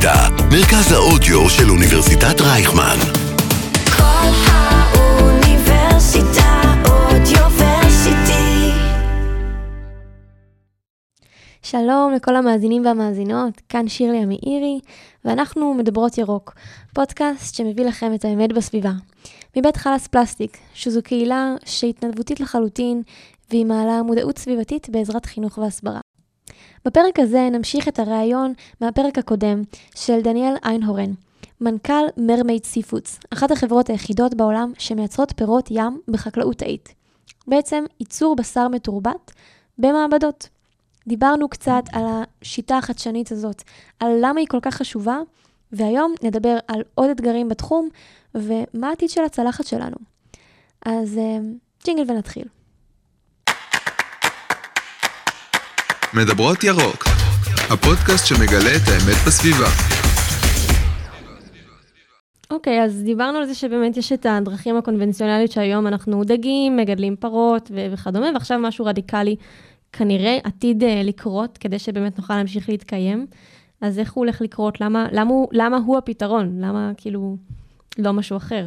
האוניברסיטה, מרכז האודיו של אוניברסיטת רייכמן. כל האוניברסיטה אודיוורסיטי. שלום לכל המאזינים והמאזינות, כאן שירלי המאירי, ואנחנו מדברות ירוק, פודקאסט שמביא לכם את האמת בסביבה. מבית חלס פלסטיק, שזו קהילה שהתנדבותית לחלוטין, והיא מעלה מודעות סביבתית בעזרת חינוך והסברה. בפרק הזה נמשיך את הרעיון מהפרק הקודם של דניאל איינהורן, מנכ"ל מרמייד סיפודס, אחת החברות היחידות בעולם שמייצרות פירות ים בחקלאות תאית. בעצם ייצור בשר מתורבת במעבדות. דיברנו קצת על השיטה החדשנית הזאת, על למה היא כל כך חשובה, והיום נדבר על עוד אתגרים בתחום, ומה העתיד של הצלחת שלנו. אז ג'ינגל ונתחיל. מדברות ירוק, הפודקאסט שמגלה את האמת בסביבה. אוקיי, אז דיברנו על זה שבאמת יש את הדרכים הקונבנציונליות שהיום אנחנו דגים, מגדלים פרות וכדומה, ועכשיו משהו רדיקלי כנראה עתיד לקרות, כדי שבאמת נוכל להמשיך להתקיים. אז איך הוא הולך לקרות? למה הוא הפתרון? למה כאילו לא משהו אחר?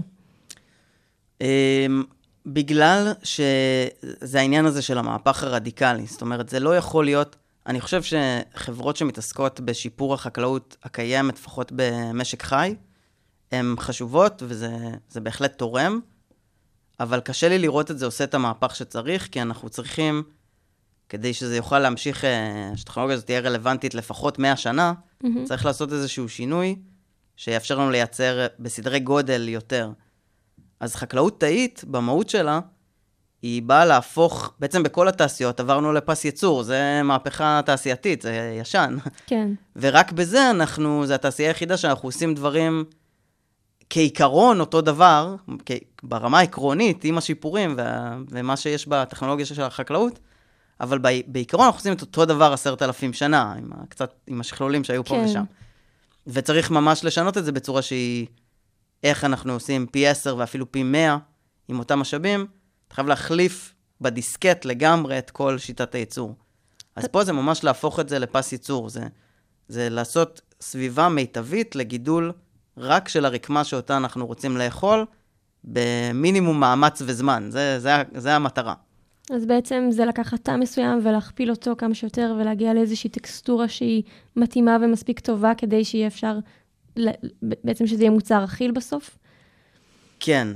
בגלל שזה העניין הזה של המהפך הרדיקלי. זאת אומרת, זה לא יכול להיות, אני חושב שחברות שמתעסקות בשיפור החקלאות הקיימת, לפחות במשק חי, הן חשובות וזה בהחלט תורם, אבל קשה לי לראות את זה עושה את המהפך שצריך, כי אנחנו צריכים, כדי שזה יוכל להמשיך, שהטכנולוגיה הזאת תהיה רלוונטית לפחות 100 שנה, צריך לעשות איזשהו שינוי שיאפשר לנו לייצר בסדרי גודל יותר. אז חקלאות תאית, במהות שלה, היא באה להפוך, בעצם בכל התעשיות עברנו לפס ייצור, זה מהפכה תעשייתית, זה ישן. כן. ורק בזה זה התעשייה היחידה שאנחנו עושים דברים כעיקרון אותו דבר, ברמה העקרונית, עם השיפורים ומה שיש בטכנולוגיה של החקלאות, אבל בעיקרון אנחנו עושים את אותו דבר 10,000 שנה, עם השכלולים שהיו פה ושם. וצריך ממש לשנות את זה בצורה שהיא, איך אנחנו עושים פי 10 ואפילו פי 100 עם אותם משאבים, אתה חייב להחליף בדיסקט לגמרי את כל שיטת הייצור. אז פה זה ממש להפוך את זה לפס ייצור, זה לעשות סביבה מיטבית לגידול רק של הרקמה שאותה אנחנו רוצים לאכול, במינימום מאמץ וזמן, זה המטרה. אז בעצם זה לקחת תא מסוים ולהכפיל אותו כמה שיותר, ולהגיע לאיזושהי טקסטורה שהיא מתאימה ומספיק טובה, כדי שיהיה אפשר, בעצם שזה יהיה מוצר אכיל בסוף? כן,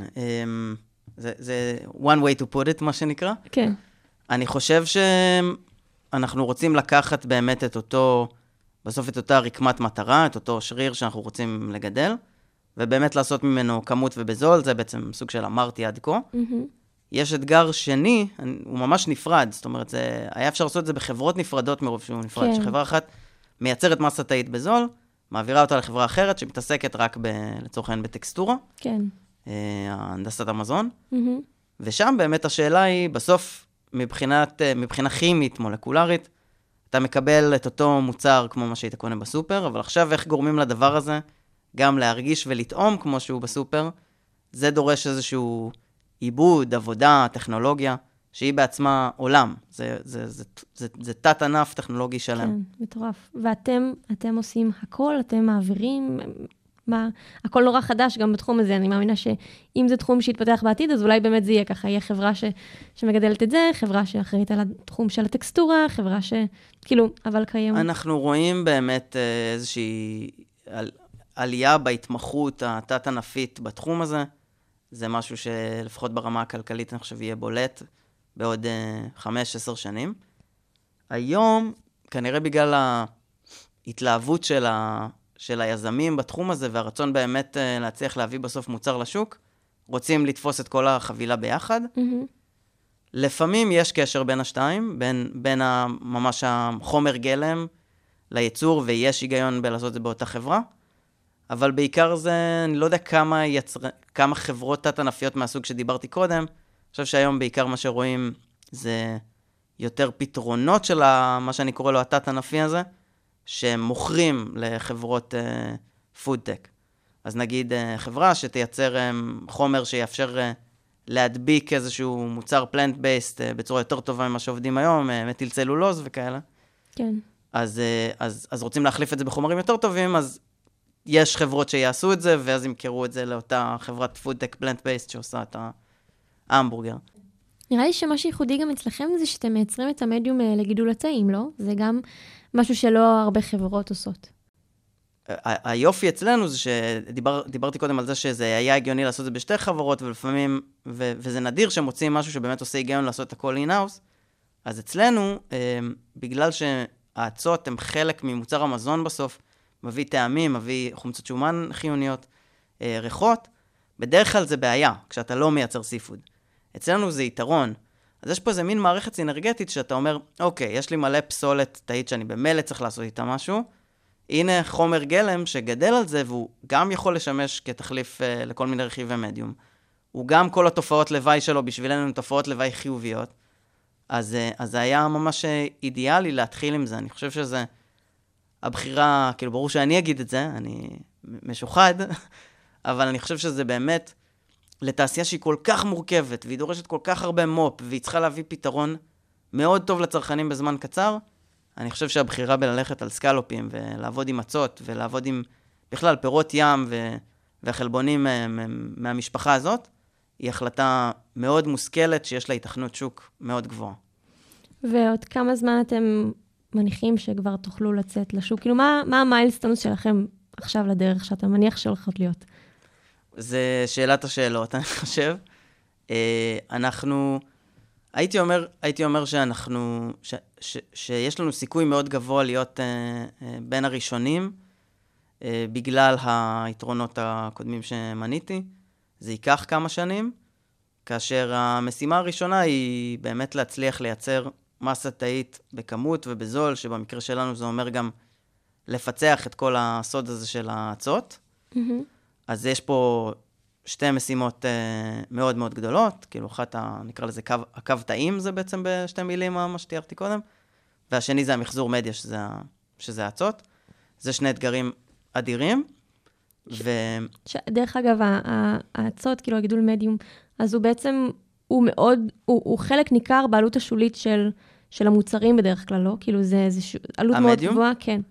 זה one way to put it, מה שנקרא. כן. אני חושב שאנחנו רוצים לקחת באמת בסוף את אותה רקמת מטרה, את אותו שריר שאנחנו רוצים לגדל, ובאמת לעשות ממנו כמות ובזול, זה בעצם סוג של אמרתי עד כה. יש אתגר שני, הוא ממש נפרד, זאת אומרת, היה אפשר לעשות את זה בחברות נפרדות מרוב שהוא נפרד, כן. שחברה אחת מייצרת מסה תאית בזול, מעבירה אותה לחברה אחרת שמתעסקת רק לצורך העניין בטקסטורה, כן. הנדסת המזון, ושם באמת השאלה היא, בסוף מבחינה כימית, מולקולרית, אתה מקבל את אותו מוצר כמו מה שהיית קונה בסופר, אבל עכשיו איך גורמים לדבר הזה גם להרגיש ולטעום כמו שהוא בסופר, זה דורש איזשהו עיבוד, עבודה, טכנולוגיה, שהיא בעצמה עולם. זה תת ענף טכנולוגי שלם. כן, מטורף. ואתם עושים הכל, אתם מעבירים, הכל נורא חדש גם בתחום הזה. אני מאמינה שאם זה תחום שיתפתח בעתיד, אז אולי באמת זה יהיה ככה, יהיה חברה שמגדלת את זה, חברה שאחראית על התחום של הטקסטורה, חברה כאילו, אבל קיים. אנחנו רואים באמת איזושהי עלייה בהתמחות התת ענפית בתחום הזה. זה משהו שלפחות ברמה הכלכלית אני חושב יהיה בולט בעוד 5-10 שנים. היום, כנראה בגלל ההתלהבות של היזמים בתחום הזה, והרצון באמת להצליח להביא בסוף מוצר לשוק, רוצים לתפוס את כל החבילה ביחד. לפעמים יש קשר בין השתיים, בין ממש החומר גלם לייצור, ויש היגיון בלעשות את זה באותה חברה. אבל בעיקר זה, אני לא יודע כמה חברות תת-ענפיות מהסוג שדיברתי קודם, אני חושב שהיום בעיקר מה שרואים זה יותר פתרונות של מה שאני קורא לו התת-ענפי הזה, שמוכרים לחברות פודטק. אז נגיד חברה שתייצר חומר שיאפשר להדביק איזשהו מוצר פלנט-בייסט בצורה יותר טובה ממה שעובדים היום, מטיל צלולוז וכאלה. כן. אז רוצים להחליף את זה בחומרים יותר טובים, אז יש חברות שיעשו את זה, ואז ימכרו את זה לאותה חברת פודטק פלנט-בייסט שעושה את ההמבורגר. נראה לי שמה שייחודי גם אצלכם זה שאתם מייצרים את המדיום לגידול הצעים, לא? זה גם משהו שלא הרבה חברות עושות. היופי אצלנו זה שדיברתי קודם על זה שזה היה הגיוני לעשות את זה בשתי חברות, ולפעמים, וזה נדיר שמוצאים משהו שבאמת עושה היגיון לעשות את הכל אין-האוס, אז אצלנו, בגלל שהאצות הם חלק ממוצר המזון בסוף, מביא טעמים, מביא חומצות שומן חיוניות, ריחות, בדרך כלל זה בעיה, כשאתה לא מייצר סיפוד. אצלנו זה יתרון. אז יש פה איזה מין מערכת סינרגטית שאתה אומר, אוקיי, יש לי מלא פסולת תאית שאני במלא צריך לעשות איתה משהו, הנה חומר גלם שגדל על זה, והוא גם יכול לשמש כתחליף לכל מיני רכיבי מדיום. הוא גם כל התופעות לוואי שלו, בשבילנו הן תופעות לוואי חיוביות. אז זה היה ממש אידיאלי להתחיל עם זה. אני חושב שזה הבחירה, כאילו ברור שאני אגיד את זה, אני משוחד, אבל אני חושב שזה באמת לתעשייה שהיא כל כך מורכבת, והיא דורשת כל כך הרבה מופ, והיא צריכה להביא פתרון מאוד טוב לצרכנים בזמן קצר. אני חושב שהבחירה בללכת על סקלופים, ולעבוד עם מצות, ולעבוד עם בכלל פירות ים והחלבונים מהמשפחה הזאת, היא החלטה מאוד מושכלת, שיש לה התכנות שוק מאוד גבוהה. ועוד כמה זמן אתם מניחים שכבר תוכלו לצאת לשוק? כאילו, מה המיילסטונס שלכם עכשיו לדרך, שאתה מניח שהולכות להיות? זה שאלת השאלות, אני חושב. הייתי אומר שאנחנו, שיש לנו סיכוי מאוד גבוה להיות בין הראשונים, בגלל היתרונות הקודמים שמניתי. זה ייקח כמה שנים, כאשר המשימה הראשונה היא באמת להצליח לייצר מסה תאית בכמות ובזול, שבמקרה שלנו זה אומר גם לפצח את כל הסוד הזה של האצות. אז יש פה שתי משימות מאוד מאוד גדולות, כאילו אחת, נקרא לזה הקו תאים, זה בעצם בשתי מילים מה שתיארתי קודם, והשני זה המחזור מדיה, שזה האצות. זה שני אתגרים אדירים. דרך אגב, האצות, כאילו הגידול מדיום, אז הוא בעצם, הוא חלק ניכר בעלות השולית של המוצרים בדרך כלל, לא? כאילו זה עלות מאוד גבוהה, כן.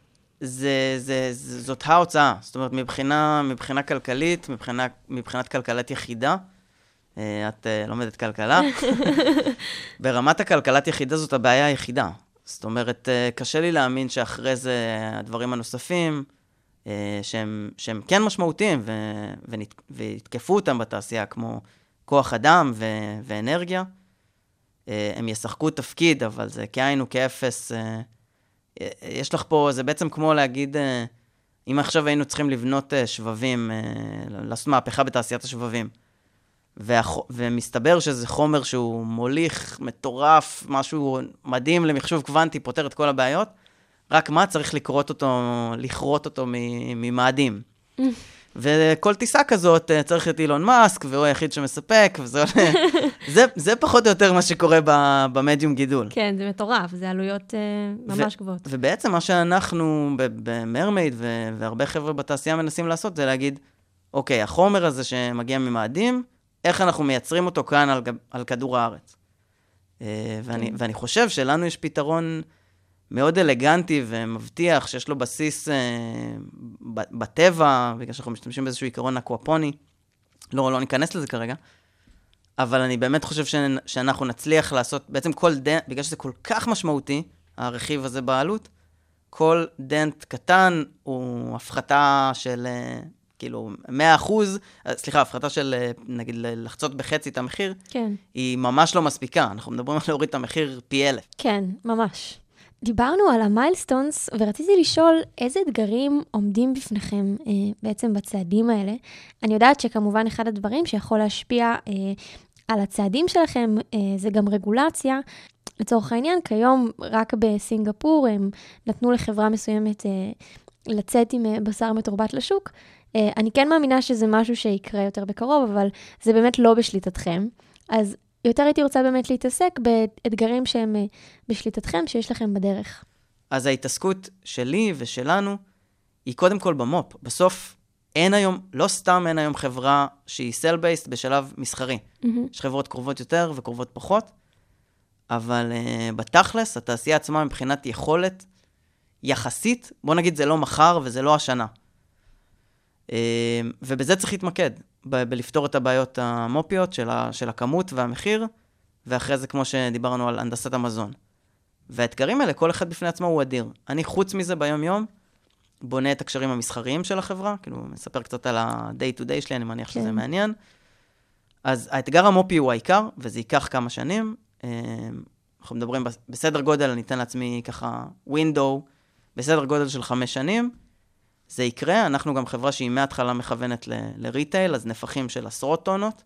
זאת ההוצאה, זאת אומרת, מבחינה כלכלית, מבחינת כלכלת יחידה, את לומדת כלכלה, ברמת הכלכלת יחידה זאת הבעיה היחידה. זאת אומרת, קשה לי להאמין שאחרי זה הדברים הנוספים, שהם כן משמעותיים, והתקפו אותם בתעשייה, כמו כוח אדם ואנרגיה, הם ישחקו תפקיד, אבל זה כאין וכאפס, יש לך פה, זה בעצם כמו להגיד, אם עכשיו היינו צריכים לבנות שבבים, לעשות מהפכה בתעשיית השבבים, ומסתבר שזה חומר שהוא מוליך, מטורף, משהו מדהים למחשוב קוונטי, פותר את כל הבעיות, רק מה צריך לכרות אותו ממאדים. וכל טיסה כזאת צריך את אילון מאסק, והוא היחיד שמספק, זה פחות או יותר מה שקורה במדיום גידול. כן, זה מטורף, זה עלויות ממש גבוהות. ובעצם מה שאנחנו במרמייד והרבה חבר'ה בתעשייה מנסים לעשות, זה להגיד, אוקיי, החומר הזה שמגיע ממאדים, איך אנחנו מייצרים אותו כאן על כדור הארץ. ואני חושב שלנו יש פתרון מאוד אלגנטי ומבטיח שיש לו בסיס בטבע, בגלל שאנחנו משתמשים באיזשהו עיקרון אקואפוני, לא ניכנס לזה כרגע, אבל אני באמת חושב שאנחנו נצליח לעשות, בעצם כל דנט, בגלל שזה כל כך משמעותי, הרכיב הזה בעלות, כל דנט קטן הוא הפחתה של, כאילו, 100%, סליחה, הפחתה של, נגיד, לחצות בחצי את המחיר, כן. היא ממש לא מספיקה, אנחנו מדברים על להוריד את המחיר פי 1,000. כן, ממש. דיברנו על המיילסטונס, ורציתי לשאול איזה אתגרים עומדים בפניכם בעצם בצעדים האלה. אני יודעת שכמובן אחד הדברים שיכול להשפיע על הצעדים שלכם, זה גם רגולציה. לצורך העניין, כיום רק בסינגפור הם נתנו לחברה מסוימת לצאת עם בשר מתורבת לשוק. אני כן מאמינה שזה משהו שיקרה יותר בקרוב, אבל זה באמת לא בשליטתכם. אז יותר הייתי רוצה באמת להתעסק באתגרים שהם בשליטתכם, שיש לכם בדרך. אז ההתעסקות שלי ושלנו היא קודם כל במופ. בסוף אין היום, לא סתם אין היום חברה שהיא סל-בייסט בשלב מסחרי. יש חברות קרובות יותר וקרובות פחות, אבל בתכלס, התעשייה עצמה מבחינת יכולת יחסית, בוא נגיד זה לא מחר וזה לא השנה. ובזה צריך להתמקד, בלפתור את הבעיות המופיות של הכמות והמחיר, ואחרי זה כמו שדיברנו על הנדסת המזון. והאתגרים האלה, כל אחד בפני עצמו הוא אדיר. אני חוץ מזה ביום יום, בונה את הקשרים המסחריים של החברה, כאילו מספר קצת על ה-day to day שלי, אני מניח שזה מעניין. אז האתגר המופי הוא העיקר, וזה ייקח כמה שנים. אנחנו מדברים בסדר גודל, אני אתן לעצמי ככה window, בסדר גודל של 5 שנים. זה יקרה, אנחנו גם חברה שהיא מההתחלה מכוונת לריטייל, אז נפחים של עשרות טונות,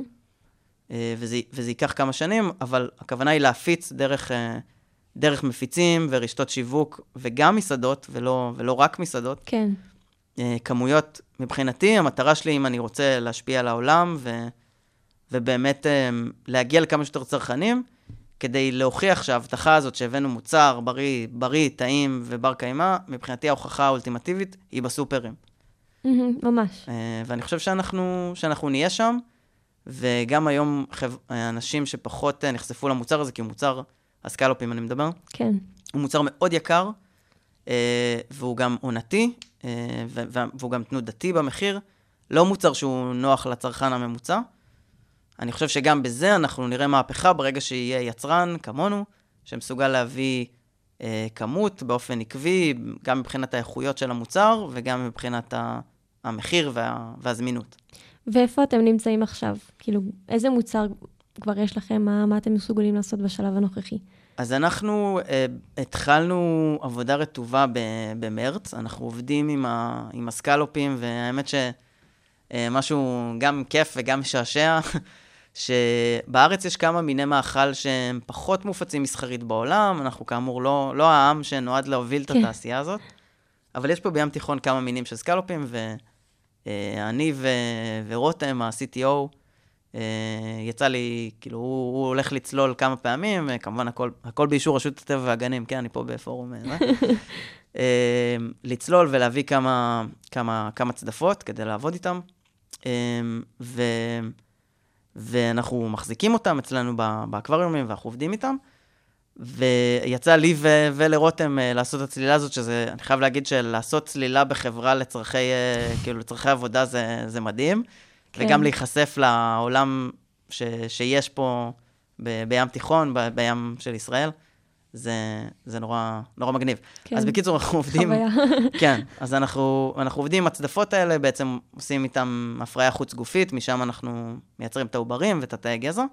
וזה ייקח כמה שנים, אבל הכוונה היא להפיץ דרך מפיצים ורשתות שיווק, וגם מסעדות, ולא רק מסעדות. כן. כמויות, מבחינתי, המטרה שלי, אם אני רוצה להשפיע על העולם, ובאמת להגיע לכמה שיותר צרכנים, כדי להוכיח שההבטחה הזאת שהבאנו מוצר בריא, טעים ובר קיימה, מבחינתי ההוכחה האולטימטיבית היא בסופרים. ממש. ואני חושב שאנחנו נהיה שם, וגם היום אנשים שפחות נחשפו למוצר הזה, כי הוא מוצר, הסקלופים אני מדבר, כן. הוא מוצר מאוד יקר, והוא גם עונתי, והוא גם תנודתי במחיר, לא מוצר שהוא נוח לצרכן הממוצע. אני חושב שגם בזה אנחנו נראה מהפכה ברגע שיהיה יצרן כמונו, שמסוגל להביא כמות באופן עקבי, גם מבחינת האיכויות של המוצר, וגם מבחינת המחיר והזמינות. ואיפה אתם נמצאים עכשיו? כאילו, איזה מוצר כבר יש לכם? מה אתם מסוגלים לעשות בשלב הנוכחי? אז אנחנו התחלנו עבודה רטובה במרץ, אנחנו עובדים עם הסקלופים, והאמת שמשהו גם כיף וגם משעשע, שבארץ יש כמה מיני מאכל שהם פחות מופצים מסחרית בעולם, אנחנו כאמור לא העם שנועד להוביל את התעשייה הזאת, אבל יש פה בים תיכון כמה מינים של סקלופים, ואני ורותם, ה-CTO, יצא לי, כאילו, הוא הולך לצלול כמה פעמים, כמובן הכל באישור רשות הטבע והגנים, כן, אני פה בפורום, לצלול ולהביא כמה צדפות כדי לעבוד איתם, ואנחנו מחזיקים אותם אצלנו באקווריומים, ואנחנו עובדים איתם, ויצא לי ולרותם לעשות את הצלילה הזאת, שזה, אני חייב להגיד שלעשות צלילה בחברה לצרכי עבודה זה מדהים, כן. וגם להיחשף לעולם שיש פה בים תיכון, בים של ישראל, זה נורא מגניב. כן. אז בקיצור, אנחנו עובדים... חוויה. כן, אז אנחנו עובדים עם הצדפות האלה, בעצם עושים איתם הפריה חוץ גופית, משם אנחנו מייצרים את העוברים ואת התאי גזע,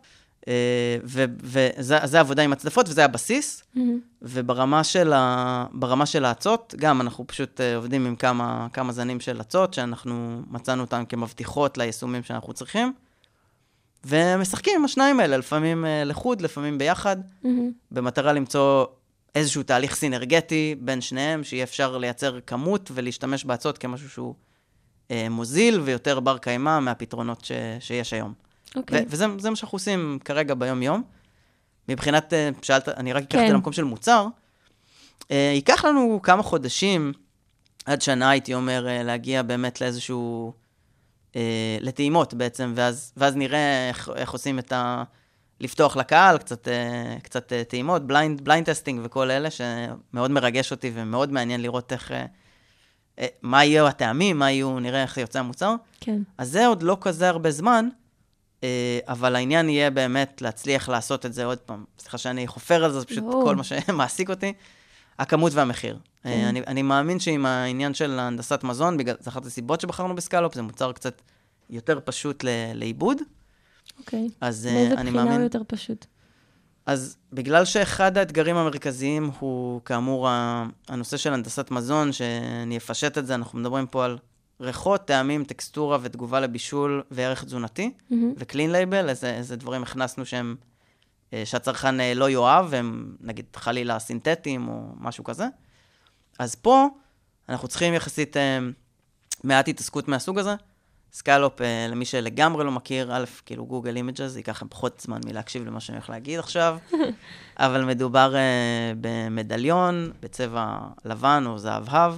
וזה עבודה עם הצדפות, וזה הבסיס, וברמה של העצות, גם אנחנו פשוט עובדים עם כמה זנים של עצות, שאנחנו מצאנו אותם כמבטיחות ליישומים שאנחנו צריכים, ומשחקים עם השניים האלה, לפעמים לחוד, לפעמים ביחד, במטרה למצוא איזשהו תהליך סינרגטי בין שניהם, שיהיה אפשר לייצר כמות ולהשתמש בעצות כמשהו שהוא מוזיל ויותר בר קיימה מהפתרונות שיש היום. Okay. וזה מה שאנחנו עושים כרגע ביום יום. מבחינת, שאלת, אני רק אקחתי למקום של מוצר, ייקח לנו כמה חודשים, עד שנה הייתי אומר, להגיע באמת לאיזשהו, לטעימות בעצם, ואז נראה איך עושים לפתוח לקהל, קצת טעימות, בליינד טסטינג וכל אלה, שמאוד מרגש אותי ומאוד מעניין לראות מה יהיו הטעמים, נראה איך יוצא המוצר. כן. אז זה עוד לא כזה הרבה זמן, אבל העניין יהיה באמת להצליח לעשות את זה עוד פעם. סליחה שאני חופר על זה, זה פשוט כל מה שמעסיק אותי, הכמות והמחיר. אני מאמין שעם העניין של הנדסת מזון, זה אחת הסיבות שבחרנו בסקלופ, זה מוצר קצת יותר פשוט לעיבוד. אוקיי. מאיזה בחינה הוא יותר פשוט? אז בגלל שאחד האתגרים המרכזיים הוא כאמור הנושא של הנדסת מזון, שאני אפשט את זה, אנחנו מדברים פה על ריחות, טעמים, טקסטורה ותגובה לבישול וערך תזונתי, וקלין לייבל, איזה דברים הכנסנו שהצרכן לא יאהב, והם נגיד חלילה סינתטיים או משהו כזה. אז פה אנחנו צריכים יחסית מעט התעסקות מהסוג הזה. סקלופ, למי שלגמרי לא מכיר, א', כאילו גוגל אימג'ז, ייקח לכם פחות זמן מלהקשיב למה שאני הולך להגיד עכשיו, אבל מדובר במדליון, בצבע לבן או זהב-הב,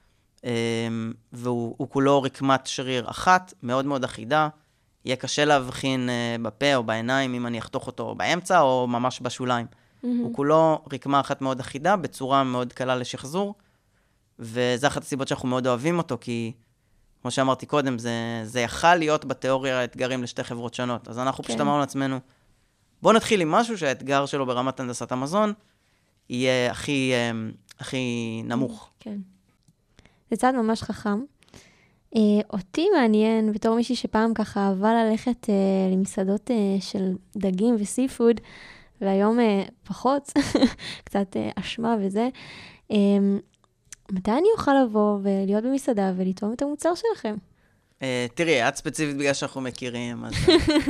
והוא כולו רקמת שריר אחת, מאוד מאוד אחידה, יהיה קשה להבחין בפה או בעיניים, אם אני אחתוך אותו באמצע או ממש בשוליים. הוא כולו רקמה אחת מאוד אחידה, בצורה מאוד קלה לשחזור, וזה אחת הסיבות שאנחנו מאוד אוהבים אותו, כי כמו שאמרתי קודם, זה יכל להיות בתיאוריה אתגרים לשתי חברות שונות. אז אנחנו פשוט אמרנו לעצמנו, בואו נתחיל עם משהו שהאתגר שלו ברמת הנדסת המזון יהיה הכי נמוך. כן. זה צעד ממש חכם. אותי מעניין, בתור מישהי שפעם ככה אהבה ללכת למסעדות של דגים וסיפוד, והיום פחות, קצת אשמה וזה, מתי אני אוכל לבוא ולהיות במסעדה ולטעום את המוצר שלכם? תראי, את ספציפית בגלל שאנחנו מכירים, אז...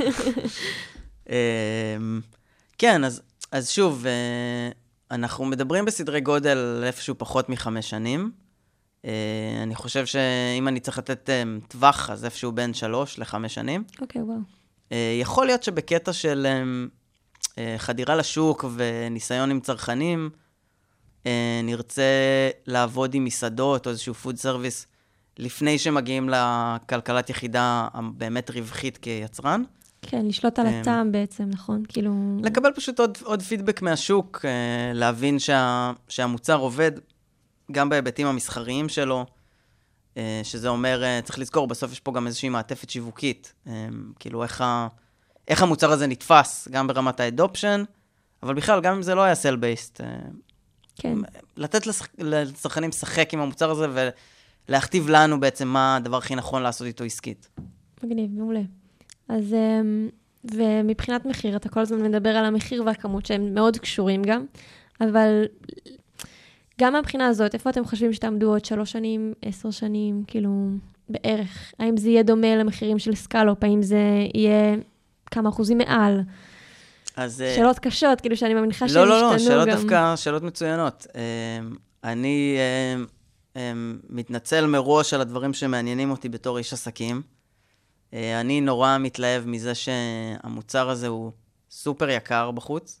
כן, אז שוב, אנחנו מדברים בסדרי גודל איפשהו פחות מ5 שנים. אני חושב שאם אני צריך לתת טווח, אז איפשהו בין 3 ל5 שנים. אוקיי, וואו. יכול להיות שבקטע של חדירה לשוק וניסיון עם צרכנים, נרצה לעבוד עם מסעדות או איזשהו פוד סרוויס, לפני שמגיעים לכלכלת יחידה באמת רווחית כיצרן. כן, לשלוט על הטעם בעצם, נכון? כאילו... לקבל פשוט עוד פידבק מהשוק, להבין שהמוצר עובד גם בהיבטים המסחריים שלו, שזה אומר, צריך לזכור, בסוף יש פה גם איזושהי מעטפת שיווקית, כאילו איך המוצר הזה נתפס, גם ברמת האדופשן, אבל בכלל, גם אם זה לא היה סל-בייסט, כן. לתת לצרכנים לשחק עם המוצר הזה, ולהכתיב לנו בעצם מה הדבר הכי נכון לעשות איתו עסקית. מגניב, מעולה. אז, ומבחינת מחיר, אתה כל הזמן מדבר על המחיר והכמות, שהם מאוד קשורים גם, אבל גם מהבחינה הזאת, איפה אתם חושבים שתעמדו עוד 3 שנים, 10 שנים, כאילו, בערך? האם זה יהיה דומה למחירים של סקלופ? האם זה יהיה כמה אחוזים מעל? אז... שאלות קשות, כאילו שאני מניחה שהם לא, השתנו שאלות גם. דווקא, שאלות מצוינות. אני מתנצל מראש על הדברים שמעניינים אותי בתור איש עסקים. אני נורא מתלהב מזה שהמוצר הזה הוא סופר יקר בחוץ.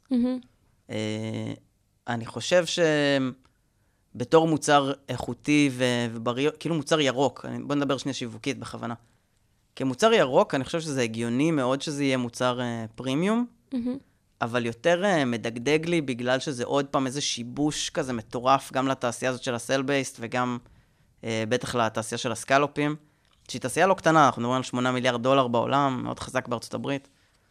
אני חושב שבתור מוצר איכותי ובריא, כאילו מוצר ירוק, בוא נדבר שנייה שיווקית בכוונה. כמוצר ירוק, אני חושב שזה הגיוני מאוד שזה יהיה מוצר פרימיום, אבל יותר מדגדג לי בגלל שזה עוד פעם איזה שיבוש כזה מטורף, גם לתעשייה הזאת של הסל-בייסט וגם בטח לתעשייה של הסקלופים. שהיא תעשייה לא קטנה, אנחנו מדברים על $8 מיליארד בעולם, מאוד חזק בארצות הברית.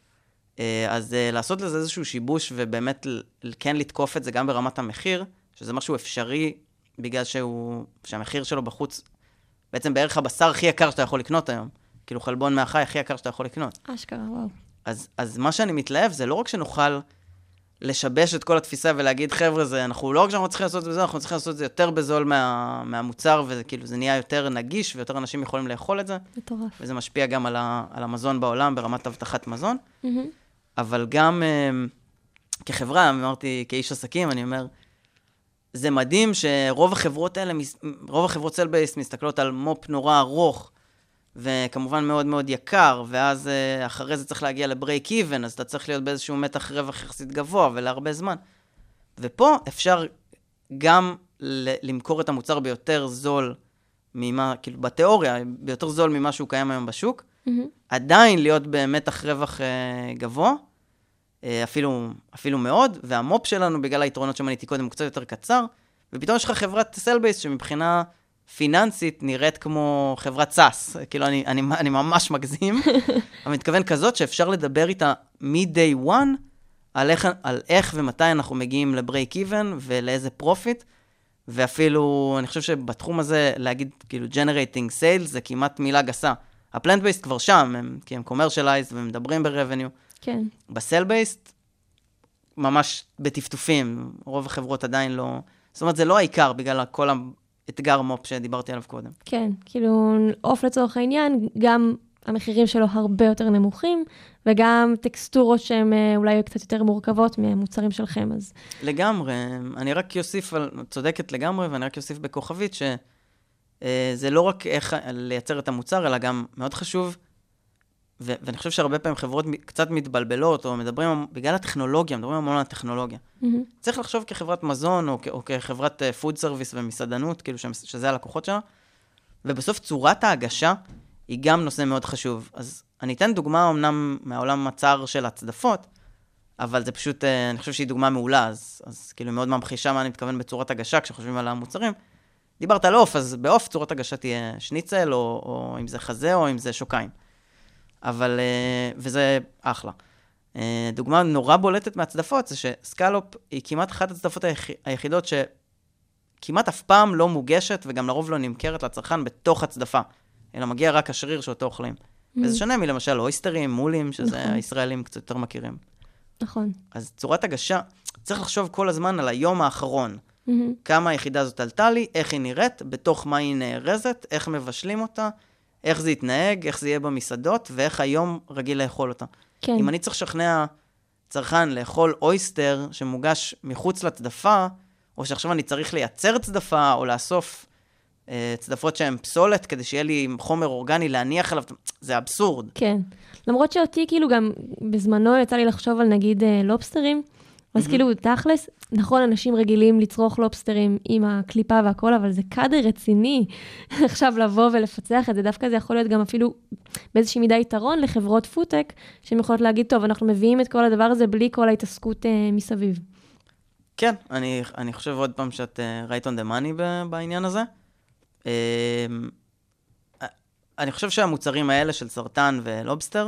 אז לעשות לזה איזשהו שיבוש, ובאמת כן לתקוף את זה גם ברמת המחיר, שזה משהו אפשרי, בגלל שהמחיר שלו בחוץ, בעצם בערך הבשר הכי יקר שאתה יכול לקנות היום. כאילו חלבון מהחי הכי יקר שאתה יכול לקנות. אשכרה, וואו. אז מה שאני מתלהב, זה לא רק שנוכל לשבש את כל התפיסה ולהגיד, חבר'ה, אנחנו לא רק שאנחנו צריכים לעשות את זה, אנחנו צריכים לעשות את זה יותר בזול מהמוצר, וכאילו זה נהיה יותר נגיש, ויותר אנשים יכולים לאכול את זה. מטורף. וזה משפיע גם על המזון בעולם, ברמת הבטחת מזון. אבל גם כחברה, אמרתי, כאיש עסקים, אני אומר, זה מדהים שרוב החברות האלה, רוב החברות סל-בייסט מסתכלות על מופ נורא ארוך, וכמובן מאוד מאוד יקר, ואז אחרי זה צריך להגיע לברייק איבן, אז אתה צריך להיות באיזשהו מתח רווח יחסית גבוה, ולהרבה זמן. ופה אפשר גם למכור את המוצר ביותר זול, כאילו בתיאוריה, ביותר זול ממה שהוא קיים היום בשוק, עדיין להיות במתח רווח גבוה, אפילו מאוד, והמופ שלנו, בגלל היתרונות שמניתי קודם, הוא קצת יותר קצר, ופתאום יש לך חברת סל-בייסט שמבחינה פיננסית נראית כמו חברת סאס, כאילו אני ממש מגזים, אבל מתכוון כזאת שאפשר לדבר איתה מ-day one, על איך ומתי אנחנו מגיעים לברייק איבן ולאיזה פרופיט, ואפילו אני חושב שבתחום הזה להגיד כאילו generating sales זה כמעט מילה גסה. הפלנט-בייסט כבר שם, כי הם commercialized ומדברים ב-revenue. כן. בסל-בייסט ממש בטפטופים, רוב החברות עדיין לא, זאת אומרת זה לא העיקר בגלל כל האתגר מופ שדיברתי עליו קודם. כן, כאילו עוף לצורך העניין, גם המחירים שלו הרבה יותר נמוכים, וגם טקסטורות שהן אולי קצת יותר מורכבות מהמוצרים שלכם, אז... לגמרי, אני רק יוסיף, צודקת לגמרי, ואני רק יוסיף בכוכבית שזה לא רק איך לייצר את המוצר, אלא גם מאוד חשוב, ואני חושב שהרבה פעמים חברות קצת מתבלבלות, או מדברים, בגלל הטכנולוגיה, מדברים המון על הטכנולוגיה. צריך לחשוב כחברת מזון, או כחברת פוד סרוויס ומסעדנות, כאילו שזה הלקוחות שלה, ובסוף צורת ההגשה היא גם נושא מאוד חשוב. אז אני אתן דוגמה אמנם מהעולם הצער של הצדפות, אבל זה פשוט, אני חושב שהיא דוגמה מעולה, אז כאילו מאוד ממחישה מה אני מתכוון בצורת הגשה כשחושבים על המוצרים. דיברת על עוף, אז בעוף צורת הגשה תהיה שניצל, או אם זה חזה, או אם זה שוקיים. אבל, וזה אחלה. דוגמה נורא בולטת מהצדפות, זה שסקלופ היא כמעט אחת הצדפות היחידות שכמעט אף פעם לא מוגשת, וגם לרוב לא נמכרת לצרכן בתוך הצדפה, אלא מגיע רק השריר שאותו אוכלים. וזה שונה מלמשל אויסטרים, מולים, שזה הישראלים קצת יותר מכירים. נכון. אז צורת הגשה, צריך לחשוב כל הזמן על היום האחרון. כמה היחידה הזאת עלתה לי, איך היא נראית, בתוך מה היא נארזת, איך מבשלים אותה, איך זה יתנהג, איך זה יהיה במסעדות, ואיך היום רגיל לאכול אותה. כן. אם אני צריך לשכנע צרכן לאכול אויסטר שמוגש מחוץ לצדפה, או שעכשיו אני צריך לייצר צדפה, או לאסוף צדפות שהן פסולת, כדי שיהיה לי חומר אורגני להניח עליו, זה אבסורד. כן. למרות שאותי כאילו גם בזמנו יצא לי לחשוב על נגיד לובסטרים, אז כאילו תכלס, נכון, אנשים רגילים לצרוך לובסטרים עם הקליפה והכל, אבל זה קאדר רציני עכשיו לבוא ולפצח את זה. דווקא זה יכול להיות גם אפילו באיזושהי מידה יתרון לחברות פוטק, שהן יכולות להגיד, טוב, אנחנו מביאים את כל הדבר הזה בלי כל ההתעסקות מסביב. כן, אני חושב עוד פעם שאת right on the money בעניין הזה. אני חושב שהמוצרים האלה של סרטן ולובסטר,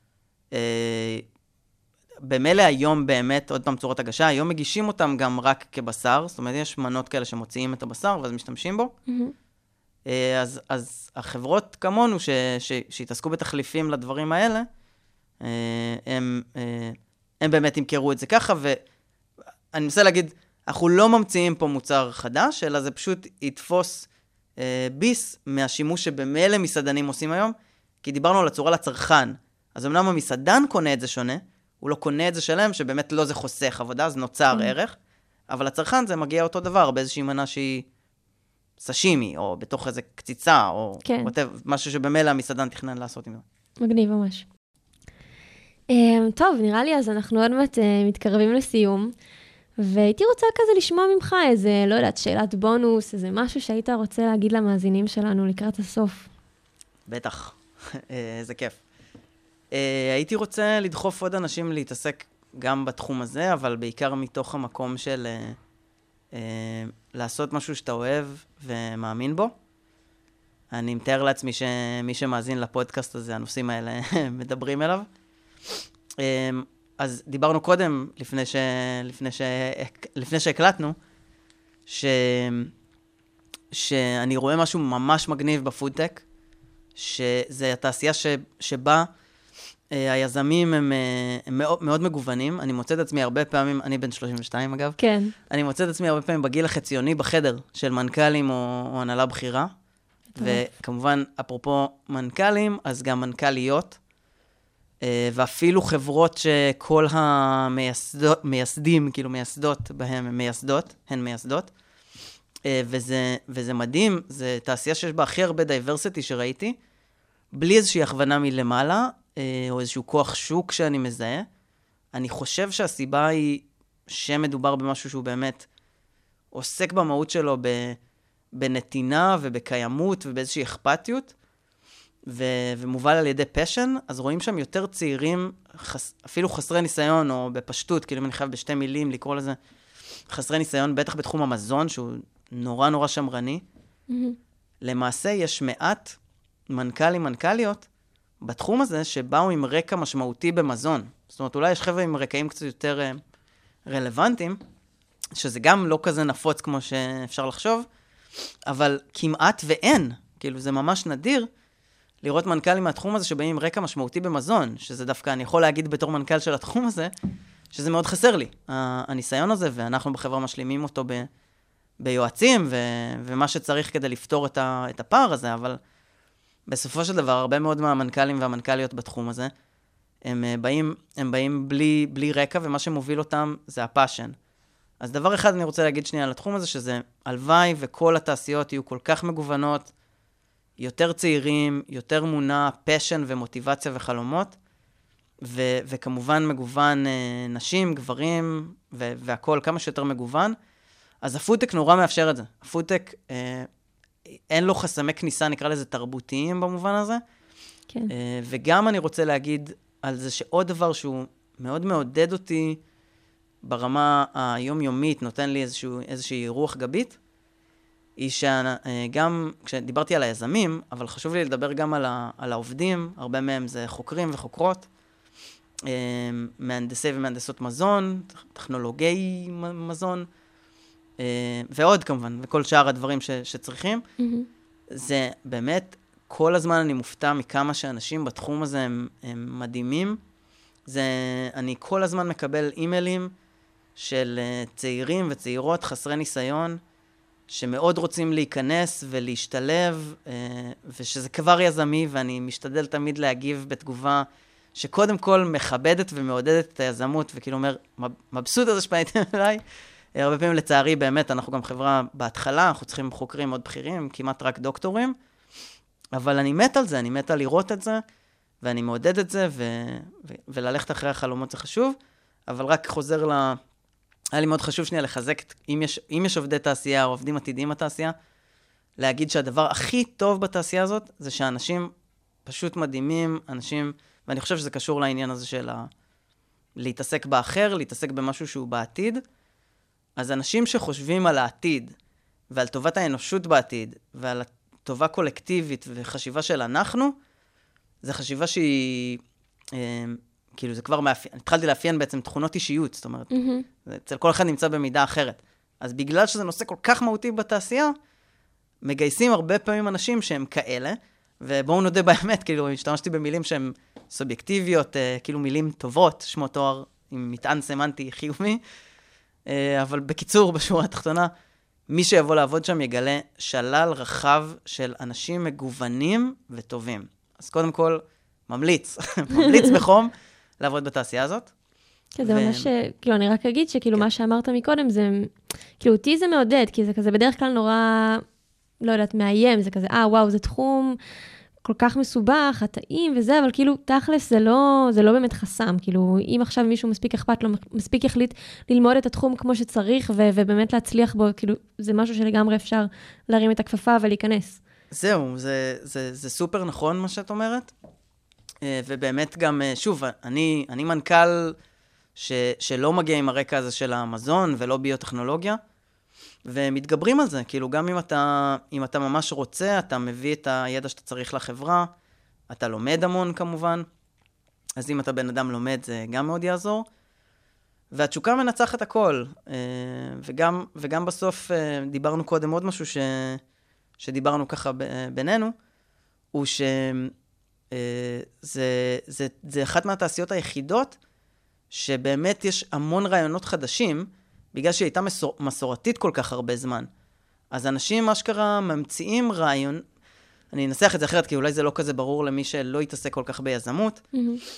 במילא היום באמת, עוד פעם צורת הגשה, היום מגישים אותם גם רק כבשר, זאת אומרת, יש מנות כאלה שמוציאים את הבשר ואז משתמשים בו. אז החברות כמונו שהתעסקו בתחליפים לדברים האלה, הם באמת ימכרו את זה ככה, ואני מנסה להגיד, אנחנו לא ממציאים פה מוצר חדש, אלא זה פשוט יתפוס ביס מהשימוש שבמילא מסעדנים עושים היום, כי דיברנו על הצורה לצרכן. אז אמנם המסעדן קונה את זה שונה, הוא לא קונה את זה שלם, שבאמת לא זה חוסך עבודה, זה נוצר ערך, אבל לצרכן זה מגיע אותו דבר, באיזושהי מנה שהיא סשימי, או בתוך איזה קציצה, או משהו שבמילא המסעדן תכנן לעשות עם זה. מגניב ממש. טוב, נראה לי אז אנחנו עוד מעט מתקרבים לסיום, והייתי רוצה כזה לשמוע ממך איזה, לא יודעת, שאלת בונוס, איזה משהו שהיית רוצה להגיד למאזינים שלנו לקראת הסוף. בטח, זה כיף. הייתי רוצה לדחוף עוד אנשים להתעסק גם בתחום הזה, אבל בעיקר מתוך המקום של לעשות משהו שאתה אוהב ומאמין בו. אני מתאר לעצמי שמי שמאזין לפודקאסט הזה, הנושאים האלה מדברים אליו. אז דיברנו קודם, לפני שהקלטנו, שאני רואה משהו ממש מגניב בפודטק, שזה התעשייה שבה היזמים הם מאוד, מאוד מגוונים. אני מוצא את עצמי הרבה פעמים, אני בן 32 אגב, כן. אני מוצא את עצמי הרבה פעמים בגיל החציוני בחדר של מנכ"לים או הנהלה בכירה, וכמובן, אפרופו מנכ"לים, אז גם מנכ"ליות, ואפילו חברות שכל המייסדים, כאילו מייסדות בהם, הן מייסדות, וזה מדהים, זה תעשייה שיש בה הכי הרבה דייברסיטי שראיתי, בלי איזושהי הכוונה מלמעלה, או איזשהו כוח שוק שאני מזהה. אני חושב שהסיבה היא שמדובר במשהו שהוא באמת עוסק במהות שלו בנתינה ובקיימות ובאיזושהי אכפתיות, ומובל על ידי פשן, אז רואים שם יותר צעירים, אפילו חסרי ניסיון, או בפשטות, כאילו אני חייב בשתי מילים לקרוא לזה, חסרי ניסיון, בטח בתחום המזון, שהוא נורא נורא שמרני. למעשה יש מעט מנכ"ליות, בתחום הזה שבאו עם רקע משמעותי במזון. זאת אומרת, אולי יש חבר'ה עם רקעים קצת יותר רלוונטיים, שזה גם לא כזה נפוץ כמו שאפשר לחשוב, אבל כמעט ואין, כאילו זה ממש נדיר, לראות מנכ"לים מהתחום הזה שבאים עם רקע משמעותי במזון, שזה דווקא, אני יכול להגיד בתור מנכ"ל של התחום הזה, שזה מאוד חסר לי, הניסיון הזה, ואנחנו בחברה משלימים אותו ביועצים, ומה שצריך כדי לפתור את הפער הזה, אבל בסופו של דבר, הרבה מאוד מהמנכ"לים והמנכ"ליות בתחום הזה, הם באים בלי רקע, ומה שמוביל אותם זה הפאשן. אז דבר אחד אני רוצה להגיד שנייה על התחום הזה, שזה הלוואי וכל התעשיות יהיו כל כך מגוונות, יותר צעירים, יותר מונע, פשן ומוטיבציה וחלומות, וכמובן מגוון נשים, גברים, והכל כמה שיותר מגוון. אז הפודטק נורא מאפשר את זה. הפודטק, אין לו חסמי כניסה, נקרא לזה תרבותיים במובן הזה. כן. וגם אני רוצה להגיד על זה שעוד דבר שהוא מאוד מעודד אותי ברמה היומיומית, נותן לי איזושהי רוח גבית, היא שגם כשדיברתי על היזמים, אבל חשוב לי לדבר גם על העובדים, הרבה מהם זה חוקרים וחוקרות, מהנדסי ומהנדסות מזון, טכנולוגי מזון, ועוד כמובן, וכל שאר הדברים שצריכים. זה באמת, כל הזמן אני מופתע מכמה שאנשים בתחום הזה הם מדהימים. אני כל הזמן מקבל אימיילים של צעירים וצעירות חסרי ניסיון, שמאוד רוצים להיכנס ולהשתלב, ושזה כבר יזמי, ואני משתדל תמיד להגיב בתגובה שקודם כל מכבדת ומעודדת את היזמות, וכאילו אומר, מבסוט הזה שפניתם אליי. הרבה פעמים לצערי באמת, אנחנו גם חברה בהתחלה, אנחנו צריכים חוקרים מאוד בכירים, כמעט רק דוקטורים, אבל אני מת על זה, אני מת על לראות את זה, ואני מעודד את זה, וללכת אחרי החלומות זה חשוב, אבל רק חוזר היה לי מאוד חשוב שנייה לחזק, אם יש עובדי תעשייה או עובדים עתידיים בתעשייה, להגיד שהדבר הכי טוב בתעשייה הזאת, זה שאנשים פשוט מדהימים, אנשים, ואני חושב שזה קשור לעניין הזה של להתעסק באחר, להתעסק במשהו שהוא בעתיד, אז אנשים שחושבים על העתיד, ועל טובת האנושות בעתיד, ועל טובה קולקטיבית וחשיבה של אנחנו, זה חשיבה שהיא, כאילו זה כבר התחלתי לאפיין בעצם תכונות אישיות, זאת אומרת, אצל כל אחד נמצא במידה אחרת. אז בגלל שזה נושא כל כך מהותי בתעשייה, מגייסים הרבה פעמים אנשים שהם כאלה, ובואו נודה באמת, כאילו השתמשתי במילים שהן סובייקטיביות, כאילו מילים טובות, שמו תואר עם מטען סמנטי חיובי, אבל בקיצור, בשורה התחתונה, מי שיבוא לעבוד שם יגלה שלל רחב של אנשים מגוונים וטובים. אז קודם כל, ממליץ בחום לעבוד בתעשייה הזאת. כן, זה ממש, כאילו, אני רק אגיד שכאילו מה שאמרת מקודם, זה, כאילו, אותי זה מעודד, כי זה כזה בדרך כלל נורא, לא יודעת, מאיים, זה כזה, וואו, זה תחום כל כך מסובך, הטעים וזה, אבל כאילו, תכלס, זה לא באמת חסם, כאילו, אם עכשיו מישהו מספיק אכפת לו, מספיק יחליט ללמוד את התחום כמו שצריך, ובאמת להצליח בו, כאילו, זה משהו שלגמרי אפשר להרים את הכפפה ולהיכנס. זהו, זה סופר נכון מה שאת אומרת, ובאמת גם, שוב, אני מנכ"ל שלא מגיע עם הרקע הזה של המזון ולא ביוטכנולוגיה, ומתגברים על זה, כאילו גם אם אתה ממש רוצה, אתה מביא את הידע שאתה צריך לחברה, אתה לומד המון כמובן, אז אם אתה בן אדם לומד זה גם מאוד יעזור, והתשוקה מנצחת הכל, וגם בסוף דיברנו קודם עוד משהו שדיברנו ככה בינינו, הוא זה אחת מהתעשיות היחידות, שבאמת יש המון רעיונות חדשים, בגלל שהיא הייתה מסורתית כל כך הרבה זמן. אז אנשים אשכרה ממציאים רעיון, אני אנסח את זה אחרת, כי אולי זה לא כזה ברור למי שלא יתעסק כל כך ביזמות.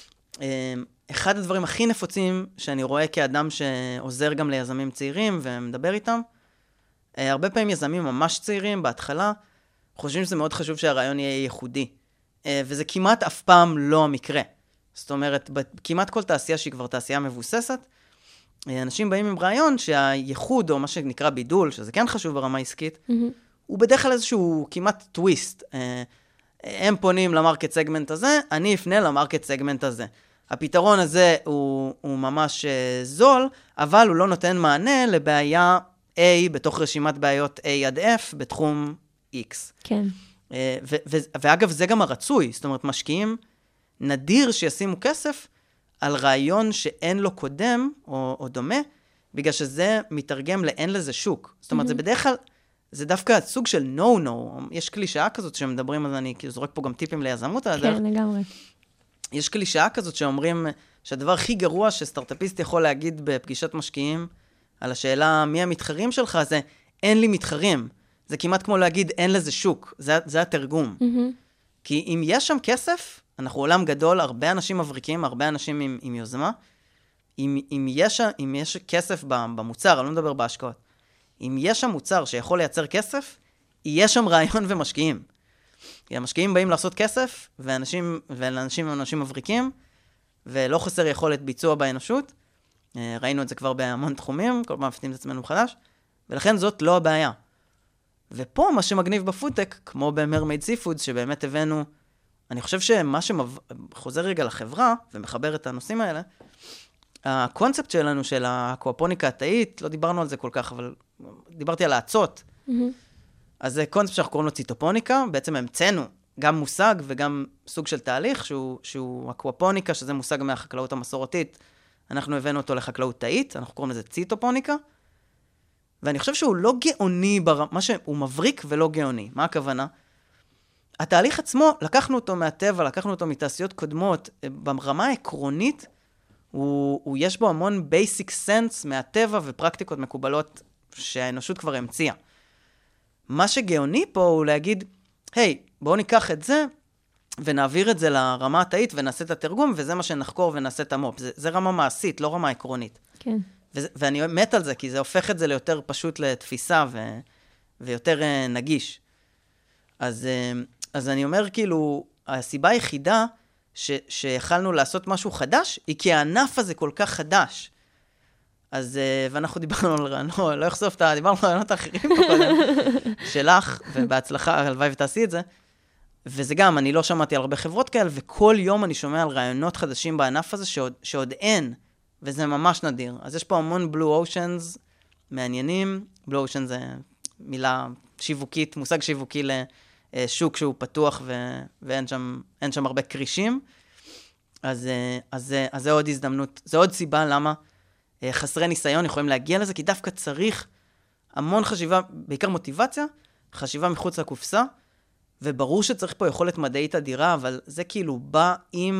אחד הדברים הכי נפוצים שאני רואה כאדם שעוזר גם ליזמים צעירים ומדבר איתם, הרבה פעמים יזמים ממש צעירים בהתחלה, חושבים שזה מאוד חשוב שהרעיון יהיה ייחודי. וזה כמעט אף פעם לא המקרה. זאת אומרת, כמעט כל תעשייה שהיא כבר תעשייה מבוססת, אנשים באים עם רעיון שהייחוד, או מה שנקרא בידול, שזה כן חשוב ברמה עסקית, הוא בדרך כלל איזשהו כמעט טוויסט. הם פונים למרקט סגמנט הזה, אני אפנה למרקט סגמנט הזה. הפתרון הזה הוא ממש זול, אבל הוא לא נותן מענה לבעיה A בתוך רשימת בעיות A עד F בתחום X. כן. ואגב, זה גם הרצוי. זאת אומרת, משקיעים נדיר שישימו כסף על רעיון שאין לו קודם או דומה, בגלל שזה מתרגם לאין לזה שוק. זאת אומרת, זה בדרך כלל, זה דווקא סוג של no-no. יש קלישאה כזאת שמדברים על זה, אני זורק פה גם טיפים ליזמות על הדרך. כן, לגמרי. יש קלישאה כזאת שאומרים שהדבר הכי גרוע שסטארט-אפיסט יכול להגיד בפגישת משקיעים, על השאלה מי המתחרים שלך, זה אין לי מתחרים. זה כמעט כמו להגיד אין לזה שוק. זה התרגום. כי אם יש שם כסף, אנחנו עולם גדול, הרבה אנשים מבריקים, הרבה אנשים עם יוזמה. אם יש כסף במוצר, אני לא מדבר בהשקעות, אם יש שם מוצר שיכול לייצר כסף, יהיה שם רעיון ומשקיעים. כי המשקיעים באים לעשות כסף, ואנשים מבריקים, ולא חסר יכולת ביצוע באנושות. ראינו את זה כבר בהמון תחומים, כל פעם מפתים את עצמנו מחדש, ולכן זאת לא הבעיה. ופה מה שמגניב בפודטק, כמו במרמייד סי-פודס, שבאמת הבאנו, אני חושב שמה שחוזר רגע לחברה, ומחבר את הנושאים האלה, הקונספט שלנו של האקואפוניקה התאית, לא דיברנו על זה כל כך, אבל דיברתי על העצות. אז זה קונספט שאנחנו קוראים לו ציטופוניקה, בעצם המצאנו גם מושג וגם סוג של תהליך, שהוא אקוואפוניקה, שזה מושג מהחקלאות המסורתית, אנחנו הבאנו אותו לחקלאות תאית, אנחנו קוראים לזה ציטופוניקה, ואני חושב שהוא לא גאוני, מה שהוא מבריק ולא גאוני. מה הכוונה? התהליך עצמו, לקחנו אותו מהטבע, לקחנו אותו מתעשיות קודמות, ברמה העקרונית, יש בו המון basic sense מהטבע ופרקטיקות מקובלות שהאנושות כבר המציאה. מה שגאוני פה הוא להגיד, היי, בואו ניקח את זה, ונעביר את זה לרמה התאית, ונעשה את התרגום, וזה מה שנחקור ונעשה את המופ. זה רמה מעשית, לא רמה עקרונית. כן. ואני מת על זה, כי זה הופך את זה ליותר פשוט לתפיסה, ויותר נגיש. אז אני אומר, כאילו, הסיבה היחידה שיכלנו לעשות משהו חדש, היא כי הענף הזה כל כך חדש. אז, ואנחנו דיברנו על רעיונות, לא יחשוף דיברנו על רעיונות אחרים פה קודם, שלך, ובהצלחה, הלוואי ותעשי את זה. וזה גם, אני לא שמעתי על הרבה חברות כאלה, וכל יום אני שומע על רעיונות חדשים בענף הזה שעוד אין, וזה ממש נדיר. אז יש פה המון Blue Oceans מעניינים. Blue Ocean זה מילה שיווקית, מושג שיווקי לשוק שהוא פתוח, ואין שם הרבה קרישים. אז זה עוד הזדמנות, זה עוד סיבה למה חסרי ניסיון יכולים להגיע לזה, כי דווקא צריך המון חשיבה, בעיקר מוטיבציה, חשיבה מחוץ לקופסה, וברור שצריך פה יכולת מדעית אדירה, אבל זה כאילו בא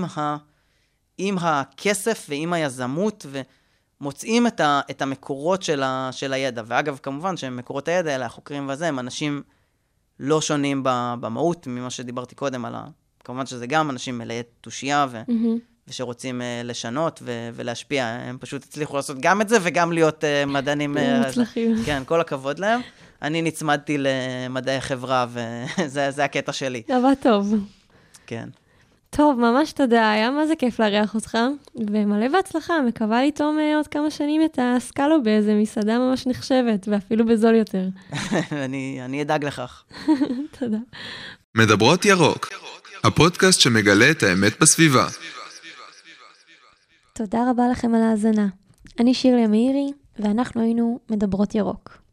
עם הכסף ועם היזמות, ומוצאים את המקורות של הידע. ואגב, כמובן שמקורות הידע האלה, החוקרים וזה, הם אנשים לא שונים במהות, ממה שדיברתי קודם על כמובן שזה גם אנשים מלאי תושייה, ושרוצים לשנות ולהשפיע. הם פשוט הצליחו לעשות גם את זה, וגם להיות מדענים מוצלחים. כן, כל הכבוד להם. אני נצמדתי למדעי החברה, וזה הקטע שלי. דבר טוב. כן. טוב, ממש תודה. היה מה זה כיף לארח אותך, ומלא בהצלחה. מקווה לטעום עוד כמה שנים את הסקלו באיזה מסעדה ממש נחשבת, ואפילו בזול יותר. אני אדאג לכך. תודה. מדברות ירוק, הפודקאסט שמגלה את האמת בסביבה. תודה רבה לכם על ההאזנה. אני שירלי המאירי, ואנחנו היינו מדברות ירוק.